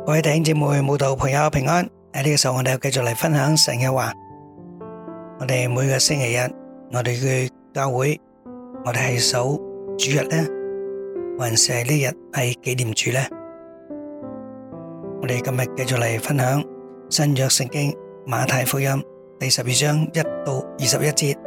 各位弟兄姊妹、慕道朋友平安。喺呢個時候，我哋又繼續嚟分享神嘅話。我哋每個星期日，我哋嘅教會，我哋係守主日呢，還是係呢日係紀念主呢？我哋今日繼續嚟分享新約聖經馬太福音第12章1到21節。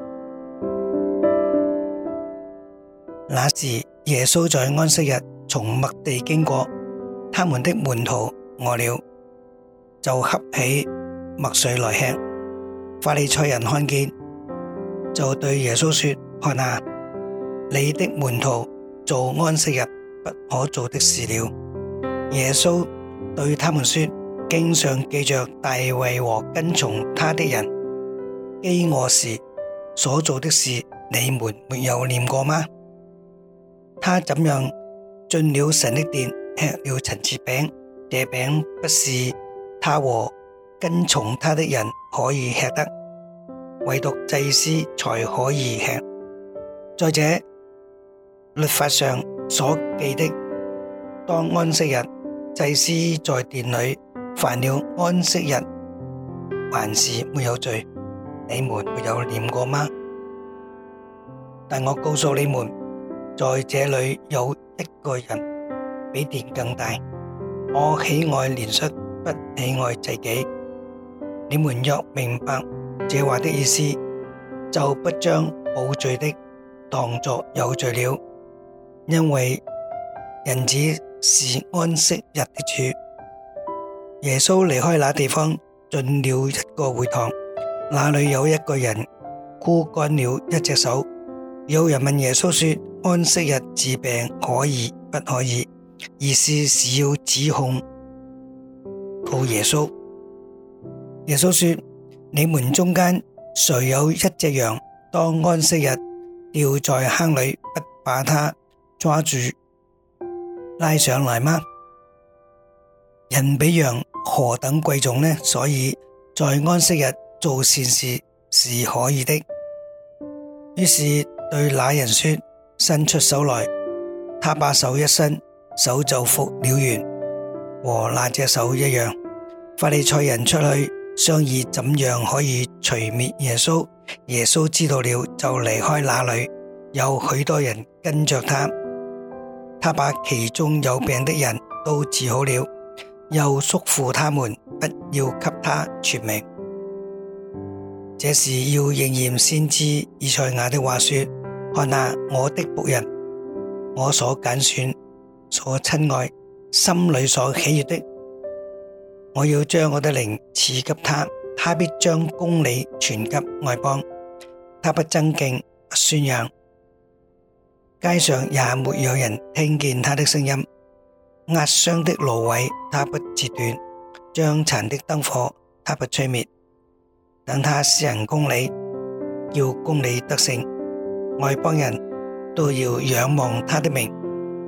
那時，耶穌在安息日從麥地經過，他們的門徒餓了，就拾起麥穗來吃。法利賽人看見，就對耶穌說：看哪，你的門徒做安息日不可做的事了。耶穌對他們說：經上記着大衛和跟從他的人飢餓時所做的事，你們沒有念過嗎？他怎樣進了神的殿，吃了陳設餅，這餅不是他和跟從他的人可以吃的，唯獨祭司才可以吃。再者，律法上所記的，當安息日，祭司在殿裏犯了安息日，還是沒有罪，你們沒有念過嗎？但我告訴你們，在這裏有一個人比殿更大。我喜愛憐恤，不喜愛祭己。你們若明白這話的意思，就不將無罪的當作有罪了。因為人子是安息日的主。耶穌離開那地方，進了一個會堂，那裏有一個人枯乾了一隻手。有人問耶穌說：安息日治病可以不可以？意思是要指控告耶穌。耶穌說：你們中間誰有一隻羊，當安息日掉在坑裏，不把它抓住拉上來嗎？人比羊何等貴重呢？所以在安息日做善事是可以的。於是對那人說：伸出手來。他把手一伸，手就復了原，和那隻手一樣。法利賽人出去商議怎樣可以除滅耶穌。耶穌知道了，就離開那裏，有許多人跟着他。他把其中有病的人都治好了，又囑咐他們不要給他傳名。這是要應驗先知以賽亞的話說：看哪，我的僕人，我所揀選、所親愛、心裏所喜悅的，我要將我的靈賜給他，他必將公理傳給外邦。他不爭競，不宣揚，街上也沒有人聽見他的聲音。壓傷的蘆葦他不折斷，將殘的燈火他不吹滅。等他施行公理，叫公理得勝，外邦人都要仰望他的名。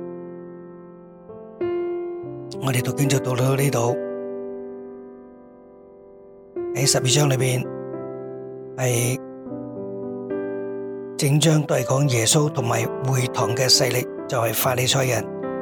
我哋讀經就讀到呢度。喺12章裏邊係整章都係講耶穌同埋會堂嘅勢力，就係法利賽人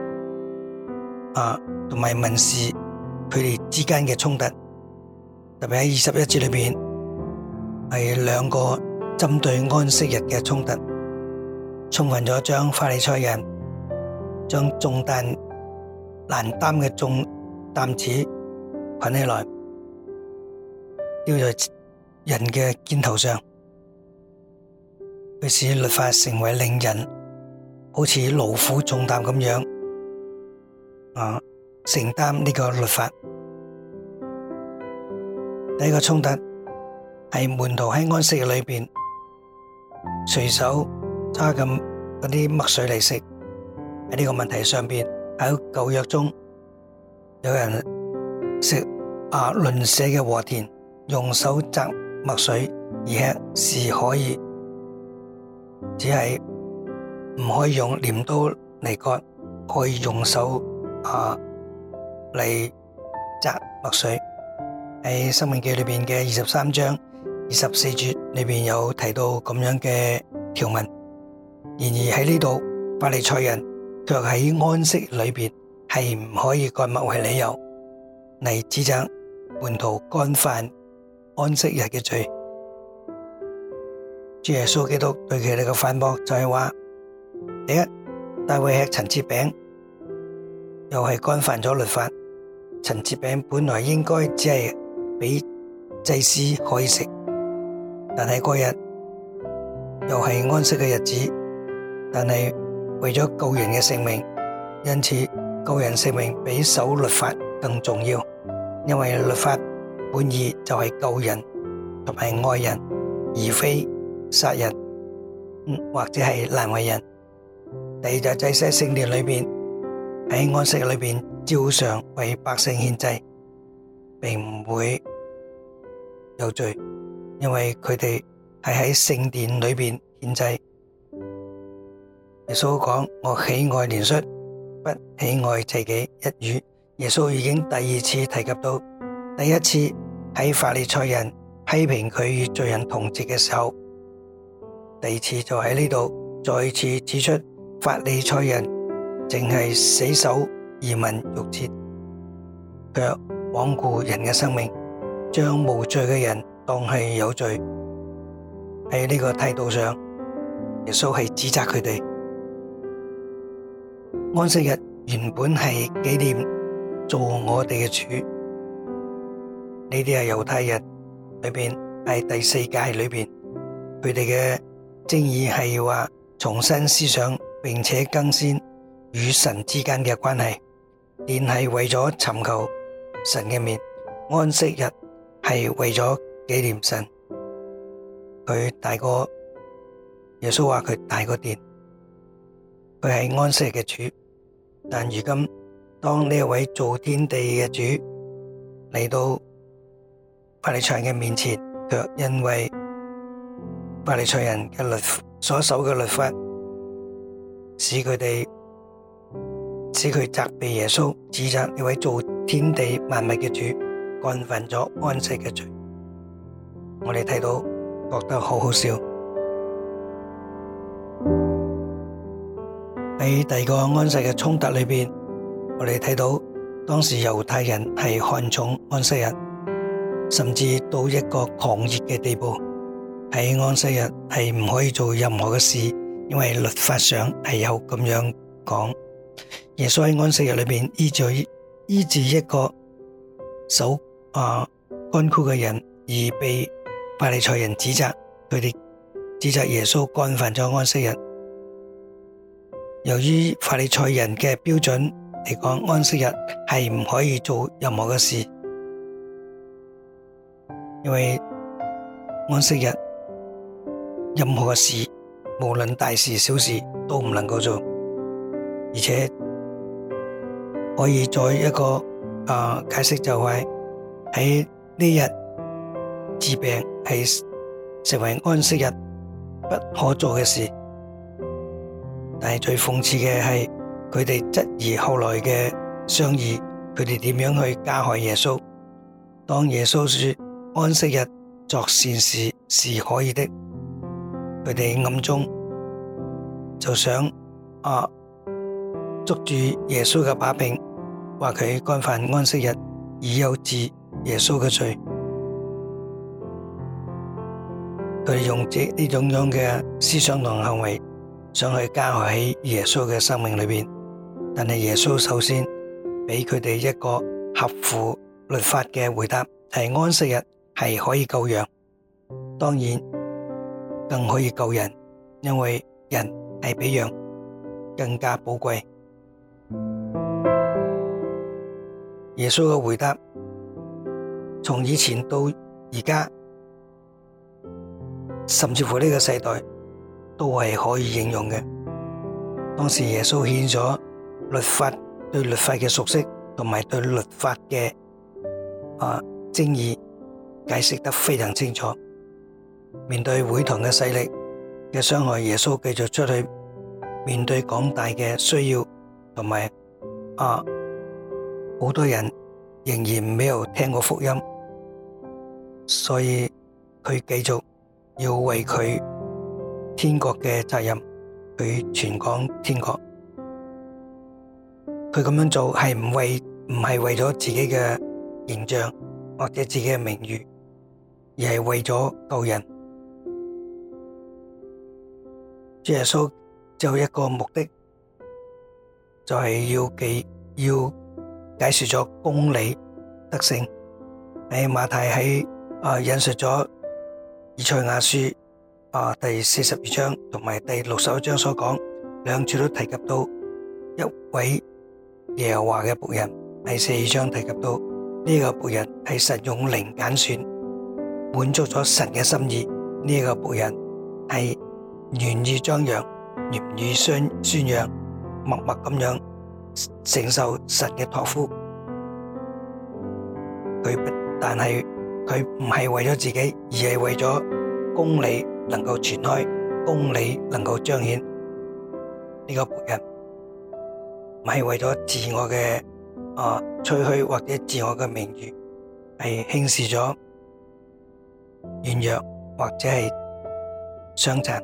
同埋文士佢哋之間嘅衝突。特別喺21節裏邊係兩個針對安息日嘅衝突，充分咗將法利賽人將重擔難擔嘅重擔子捆起來，丟在人嘅肩頭上，佢使律法成為令人好似勞苦重擔咁樣承擔呢個律法。第一個衝突係門徒喺安息日裏邊隨手揸咁嗰啲麥穗嚟食。喺呢個問題上邊，喺舊約中有人食鄰舍嘅禾田，用手摘麥穗而吃是可以，只係唔可以用鐮刀嚟割，可以用手嚟摘麥穗。喺申命記裏邊嘅23章24節裏邊有提到咁樣嘅條文。然而喺呢度，法利賽人卻喺安息裏邊係唔可以割麥為理由， 嚟指責門徒干犯安息日嘅罪。主耶穌基督對佢哋嘅反駁就係話：第一，大衛吃陳設餅，又係干犯咗律法。陳設餅本來應該只係俾祭司可以食，但係嗰日又係安息嘅日子，但係為咗救人嘅性命，因此救人性命比守律法更重要。因為律法本意就係救人同埋愛人，而非殺人或者係難為人。第二就係祭司聖殿裏邊喺安息裏邊照常為百姓獻祭，並唔會有罪，因為佢哋係喺聖殿裏邊獻祭。耶穌講：我喜愛憐恤，不喜愛祭己。一語耶穌已經第二次提及到，第一次喺法利賽人批評佢與罪人同席嘅時候，第二次就喺呢度再次指出法利賽人淨係死守儀文逾節，卻罔顧人嘅生命，將無罪嘅人當係有罪。喺呢個態度上，耶穌係指責佢哋。安息日原本係紀念做我哋嘅主，呢啲係猶太人裏邊係第四誡裏邊，佢哋嘅爭議係話重新思想並且更新與神之間嘅關係，連係為咗尋求神嘅面。安息日係為咗紀念神，佢大過耶穌話佢大過殿，佢係安息日嘅主。但如今當呢一位造天地嘅主嚟到法利賽人嘅面前，卻因為法利賽人嘅所守嘅律法，使佢責備耶穌，指責呢位造天地萬物嘅主干犯咗安息嘅罪。我哋睇到覺得好好笑。喺第二個安息嘅衝突裏邊，我哋睇到當時猶太人係看重安息日，甚至到一個狂熱嘅地步。喺安息日係唔可以做任何嘅事，因為律法上係有咁樣講。耶穌喺安息日裏邊醫治一個手乾枯嘅人，而被法利賽人指責，佢哋指責耶穌干犯咗安息日。由於法利賽人嘅標準嚟講，安息日係唔可以做任何嘅事，因為安息日任何嘅事，無論大事小事都唔能夠做，而且可以再一個解釋就係喺呢日治病係成為安息日不可做嘅事。但係最諷刺嘅係，佢哋質疑後來嘅商議，佢哋點樣去加害耶穌。當耶穌說安息日作善事是可以的，佢哋暗中就想捉住耶穌嘅把柄，話佢干犯安息日而有治耶穌嘅罪。佢哋用呢種樣嘅思想同行為，想去加害喺耶穌嘅生命裏邊，但係耶穌首先俾佢哋一個合乎律法嘅回答，係安息日係可以救羊，當然更可以救人，因為人係比羊更加寶貴。耶穌嘅回答從以前到而家，甚至乎呢個世代都係可以應用嘅。當時耶穌顯咗律法對律法嘅熟悉，同埋對律法嘅精義解釋得非常清楚。面對會堂嘅勢力嘅傷害，耶穌繼續出去面對廣大嘅需要，同埋好多人仍然沒有聽過福音，所以佢繼續要為佢天國嘅責任去傳講天國。佢咁樣做係唔係為咗自己嘅形象或者自己嘅名譽，而係為咗救人。主耶穌只有一個目的，就係要解說咗公理德性。喺馬太喺引述咗以賽亞書第42章同埋第61章所講，兩處都提及到一位耶和華嘅僕人。第42章提及到呢個僕人係神用靈揀選，滿足咗神嘅心意。呢個僕人係願意張揚，願意宣揚，默默咁樣承受神嘅託付。但係佢唔係為咗自己，而係為咗公理能夠傳開，公理能夠彰顯。呢個僕人唔係為咗自我嘅吹噓或者自我嘅名譽，係輕視咗軟弱或者係傷殘。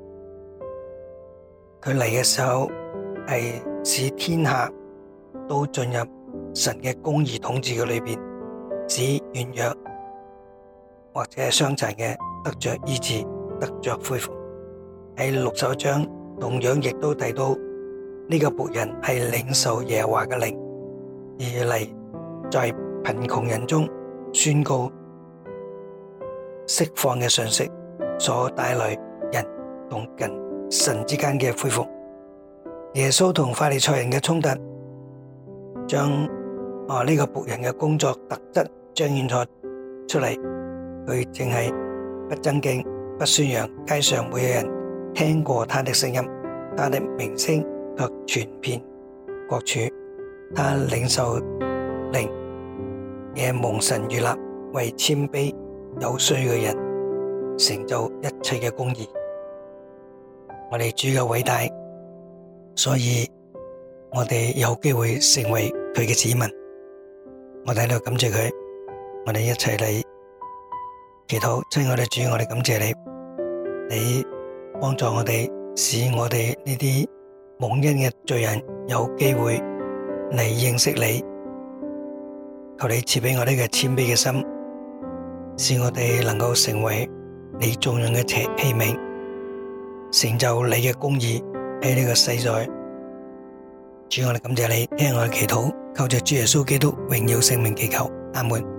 佢嚟嘅時候係使天下都進入神嘅公義統治嘅裏邊，使軟弱或者係傷殘嘅得着醫治，得着恢復。喺61章同樣亦都提到呢個僕人係領受耶和華嘅靈而嚟，在貧窮人中宣告釋放嘅信息，所帶來人同神之間嘅恢復。耶穌同法利賽人嘅衝突，將呢個僕人嘅工作特質彰顯咗出嚟。佢淨係不爭競、不宣揚，街上沒有人聽過他的聲音，他的名聲卻傳遍各處。他領受靈，也蒙神悅納，為謙卑有需嘅人成就一切嘅公義。我哋主嘅偉大，所以我哋有機會成為佢嘅子民。我哋喺度感謝佢，我哋一齊嚟祈禱。親愛嘅主，我哋感謝你，你幫助我哋，使我哋呢啲蒙恩嘅罪人有機會嚟認識你。求你賜俾我哋嘅謙卑嘅心，使我哋能夠成為你重用嘅器皿，成就你嘅公義喺呢個世代。主，我哋感謝你，聽我嘅祈禱，靠着主耶穌基督榮耀聖名祈求，阿門。